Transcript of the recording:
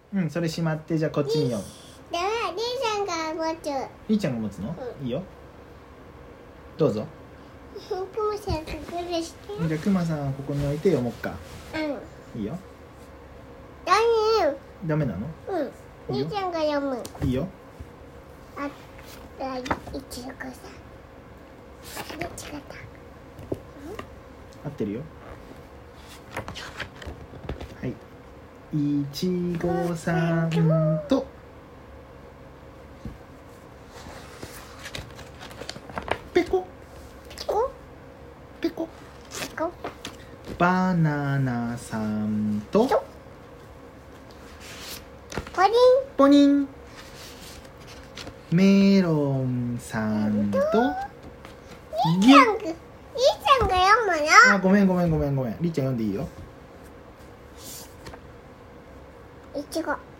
うん、それしまって、じゃあこっちに読む。 だからりーちゃんが持つ。 りーちゃんが持つの、 うん、 いいよ、どうぞ。 くまさんくぐるして。 じゃあくまさんここに置いて読もうか。いいよ。ダメなの？ りーちゃんが読む。 いいよ。 あ、いちごさん。違った。 合ってるよ。はい。いちごさんとペコペコバナナさんとポニンメロンさんとりーちゃんが読むの。 あ、ごめんりーちゃん読んでいいよ。 いちご。